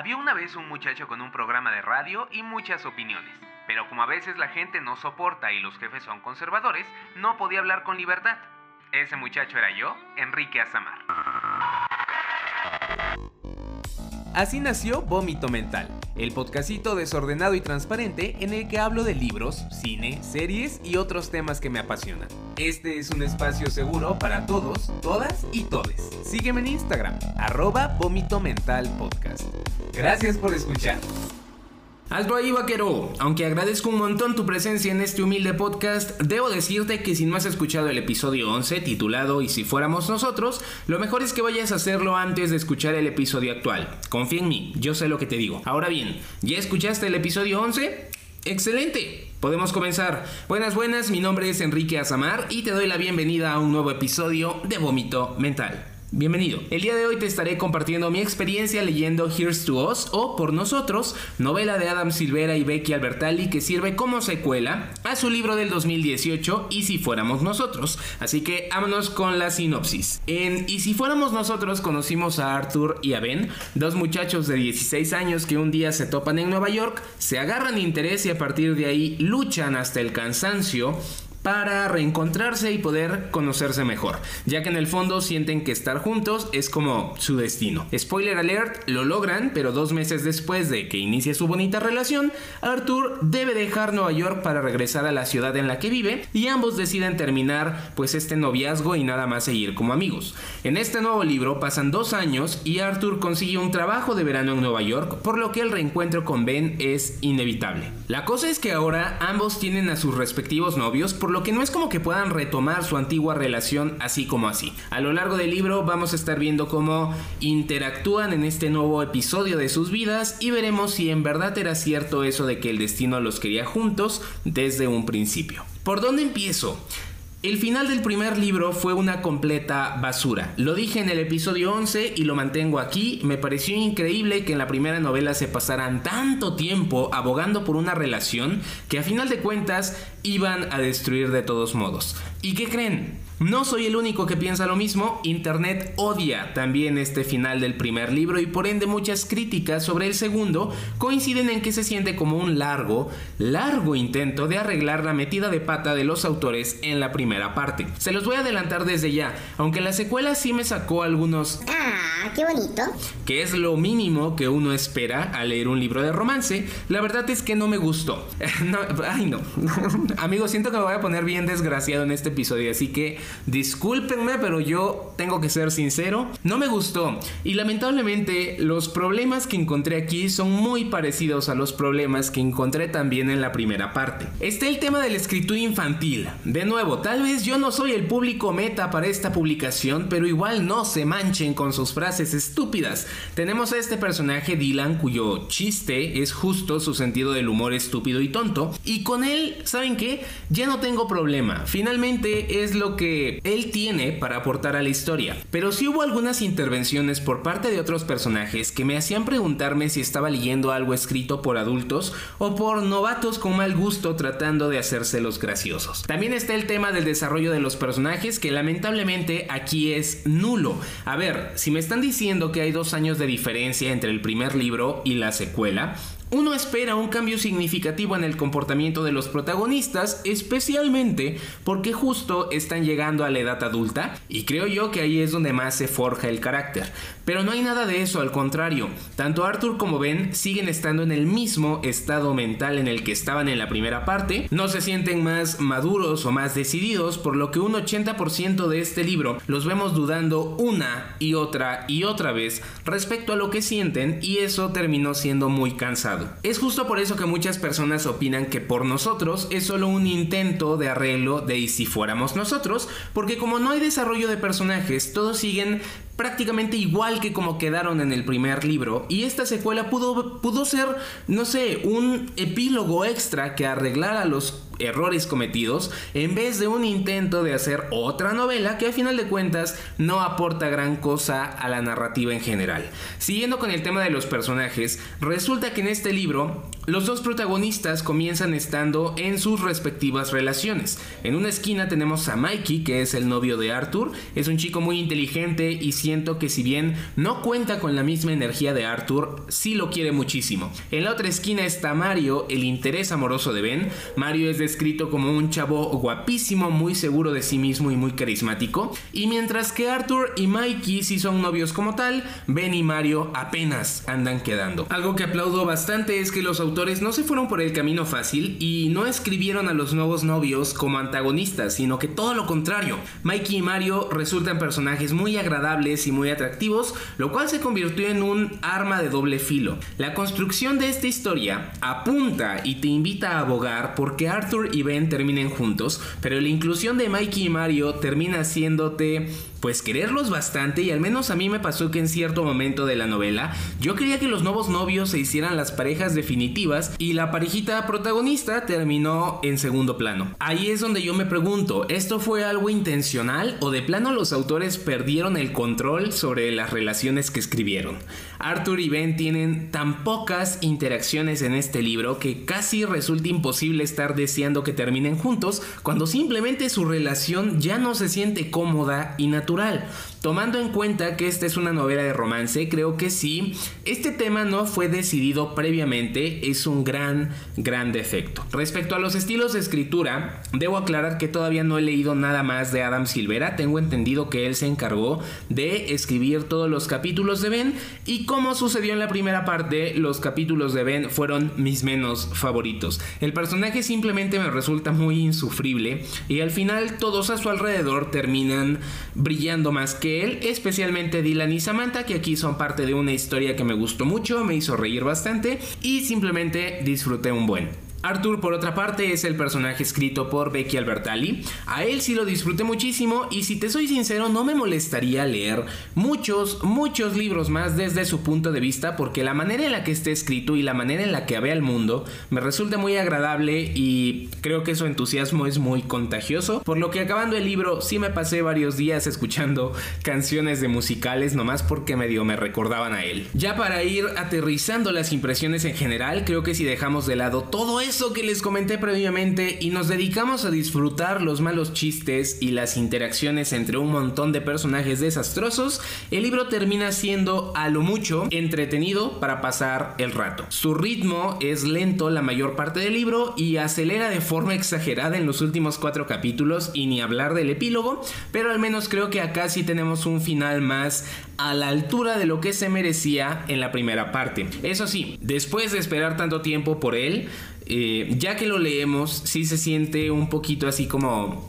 Había una vez un muchacho con un programa de radio y muchas opiniones, pero como a veces la gente no soporta y los jefes son conservadores, no podía hablar con libertad. Ese muchacho era yo, Enrique Azamar. Así nació Vómito Mental, el podcastito desordenado y transparente en el que hablo de libros, cine, series y otros temas que me apasionan. Este es un espacio seguro para todos, todas y todes. Sígueme en Instagram, @vomitomentalpodcast. Gracias por escuchar. Hazlo ahí, vaquero. Aunque agradezco un montón tu presencia en este humilde podcast, debo decirte que si no has escuchado el episodio 11 titulado "Y si fuéramos nosotros", lo mejor es que vayas a hacerlo antes de escuchar el episodio actual. Confía en mí, yo sé lo que te digo. Ahora bien, ¿ya escuchaste el episodio 11? ¡Excelente! Podemos comenzar. Buenas, mi nombre es Enrique Azamar y te doy la bienvenida a un nuevo episodio de Vómito Mental. Bienvenido. El día de hoy te estaré compartiendo mi experiencia leyendo Here's to Us o Por Nosotros, novela de Adam Silvera y Becky Albertalli que sirve como secuela a su libro del 2018 Y si fuéramos nosotros. Así que vámonos con la sinopsis. En Y si fuéramos nosotros conocimos a Arthur y a Ben, dos muchachos de 16 años que un día se topan en Nueva York, se agarran interés y a partir de ahí luchan hasta el cansancio para reencontrarse y poder conocerse mejor, ya que en el fondo sienten que estar juntos es como su destino. Spoiler alert, lo logran, pero 2 meses después de que inicie su bonita relación, Arthur debe dejar Nueva York para regresar a la ciudad en la que vive y ambos deciden terminar pues este noviazgo y nada más seguir como amigos. En este nuevo libro pasan 2 años y Arthur consigue un trabajo de verano en Nueva York, por lo que el reencuentro con Ben es inevitable. La cosa es que ahora ambos tienen a sus respectivos novios, por lo que no es como que puedan retomar su antigua relación así como así. A lo largo del libro vamos a estar viendo cómo interactúan en este nuevo episodio de sus vidas y veremos si en verdad era cierto eso de que el destino los quería juntos desde un principio. ¿Por dónde empiezo? El final del primer libro fue una completa basura. Lo dije en el episodio 11 y lo mantengo aquí. Me pareció increíble que en la primera novela se pasaran tanto tiempo abogando por una relación que a final de cuentas iban a destruir de todos modos. ¿Y qué creen? No soy el único que piensa lo mismo. Internet odia también este final del primer libro y por ende muchas críticas sobre el segundo coinciden en que se siente como un largo intento de arreglar la metida de pata de los autores en la primera parte. Se los voy a adelantar desde ya, aunque la secuela sí me sacó algunos qué bonito, que es lo mínimo que uno espera al leer un libro de romance. La verdad es que no me gustó. No. Amigos, siento que me voy a poner bien desgraciado en este episodio, así que discúlpenme, pero yo tengo que ser sincero, no me gustó y lamentablemente los problemas que encontré aquí son muy parecidos a los problemas que encontré también en la primera parte. Está el tema de la escritura infantil. De nuevo, tal vez yo no soy el público meta para esta publicación, pero igual no se manchen con sus frases estúpidas. Tenemos a este personaje Dylan cuyo chiste es justo su sentido del humor estúpido y tonto, y con él, ¿saben qué? Ya no tengo problema. Finalmente es lo que él tiene para aportar a la historia, pero sí hubo algunas intervenciones por parte de otros personajes que me hacían preguntarme si estaba leyendo algo escrito por adultos o por novatos con mal gusto tratando de hacérselos graciosos. También está el tema del desarrollo de los personajes que lamentablemente aquí es nulo. A ver, si me están diciendo que hay 2 años de diferencia entre el primer libro y la secuela, uno espera un cambio significativo en el comportamiento de los protagonistas, especialmente porque justo están llegando a la edad adulta y creo yo que ahí es donde más se forja el carácter. Pero no hay nada de eso, al contrario, tanto Arthur como Ben siguen estando en el mismo estado mental en el que estaban en la primera parte, no se sienten más maduros o más decididos, por lo que un 80% de este libro los vemos dudando una y otra vez respecto a lo que sienten y eso terminó siendo muy cansado. Es justo por eso que muchas personas opinan que Por Nosotros es solo un intento de arreglo de Y si fuéramos nosotros, porque como no hay desarrollo de personajes, todos siguen prácticamente igual que como quedaron en el primer libro y esta secuela pudo ser, no sé, un epílogo extra que arreglara los errores cometidos, en vez de un intento de hacer otra novela que a final de cuentas no aporta gran cosa a la narrativa en general. Siguiendo con el tema de los personajes, resulta que en este libro los dos protagonistas comienzan estando en sus respectivas relaciones. En una esquina tenemos a Mikey, que es el novio de Arthur. Es un chico muy inteligente y siento que si bien no cuenta con la misma energía de Arthur, sí lo quiere muchísimo. En la otra esquina está Mario, el interés amoroso de Ben. Mario es descrito como un chavo guapísimo, muy seguro de sí mismo y muy carismático. Y mientras que Arthur y Mikey sí son novios como tal, Ben y Mario apenas andan quedando. Algo que aplaudo bastante es que los autores no se fueron por el camino fácil y no escribieron a los nuevos novios como antagonistas, sino que todo lo contrario. Mikey y Mario resultan personajes muy agradables y muy atractivos, lo cual se convirtió en un arma de doble filo. La construcción de esta historia apunta y te invita a abogar porque Arthur y Ben terminen juntos, pero la inclusión de Mikey y Mario termina haciéndote pues quererlos bastante, y al menos a mí me pasó que en cierto momento de la novela yo quería que los nuevos novios se hicieran las parejas definitivas y la parejita protagonista terminó en segundo plano. Ahí es donde yo me pregunto, ¿esto fue algo intencional o de plano los autores perdieron el control sobre las relaciones que escribieron? Arthur y Ben tienen tan pocas interacciones en este libro que casi resulta imposible estar deseando que terminen juntos cuando simplemente su relación ya no se siente cómoda y natural. Tomando en cuenta que esta es una novela de romance, creo que sí, este tema no fue decidido previamente, es un gran defecto. Respecto a los estilos de escritura, debo aclarar que todavía no he leído nada más de Adam Silvera. Tengo entendido que él se encargó de escribir todos los capítulos de Ben, y como sucedió en la primera parte, los capítulos de Ben fueron mis menos favoritos. El personaje simplemente me resulta muy insufrible y al final todos a su alrededor terminan brillando más que él, especialmente Dylan y Samantha, que aquí son parte de una historia que me gustó mucho, me hizo reír bastante y simplemente disfruté un buen. Arthur, por otra parte, es el personaje escrito por Becky Albertalli. A él sí lo disfruté muchísimo y, si te soy sincero, no me molestaría leer muchos libros más desde su punto de vista, porque la manera en la que esté escrito y la manera en la que ve al mundo me resulta muy agradable y creo que su entusiasmo es muy contagioso, por lo que acabando el libro sí me pasé varios días escuchando canciones de musicales nomás porque medio me recordaban a él. Ya para ir aterrizando las impresiones en general, creo que si dejamos de lado todo eso que les comenté previamente y nos dedicamos a disfrutar los malos chistes y las interacciones entre un montón de personajes desastrosos, el libro termina siendo a lo mucho entretenido para pasar el rato. Su ritmo es lento la mayor parte del libro y acelera de forma exagerada en los últimos 4 capítulos, y ni hablar del epílogo, pero al menos creo que acá sí tenemos un final más a la altura de lo que se merecía en la primera parte. Eso sí, después de esperar tanto tiempo por él, ya que lo leemos, sí se siente un poquito así como...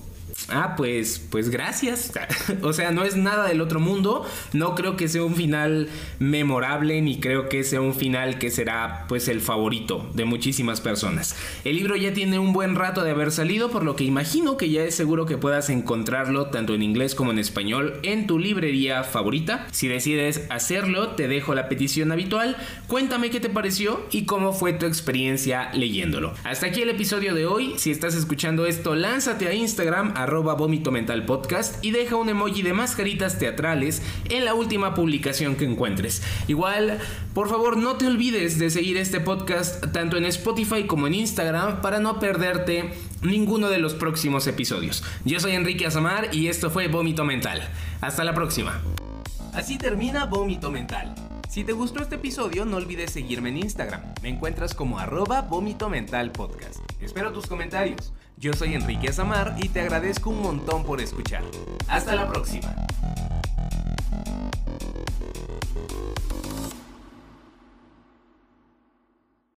pues gracias. O sea, no es nada del otro mundo. No creo que sea un final memorable, ni creo que sea un final que será pues el favorito de muchísimas personas. El libro ya tiene un buen rato de haber salido, por lo que imagino que ya es seguro que puedas encontrarlo tanto en inglés como en español en tu librería favorita. Si decides hacerlo, te dejo la petición habitual. Cuéntame qué te pareció y cómo fue tu experiencia leyéndolo. Hasta aquí el episodio de hoy. Si estás escuchando esto, lánzate a Instagram @Vómito Mental Podcast y deja un emoji de mascaritas teatrales en la última publicación que encuentres. Igual, por favor, no te olvides de seguir este podcast tanto en Spotify como en Instagram para no perderte ninguno de los próximos episodios. Yo soy Enrique Azamar y esto fue Vómito Mental. Hasta la próxima. Así termina Vómito Mental. Si te gustó este episodio, no olvides seguirme en Instagram. Me encuentras como @Vómito Mental Podcast. Espero tus comentarios. Yo soy Enrique Azamar y te agradezco un montón por escuchar. Hasta la próxima.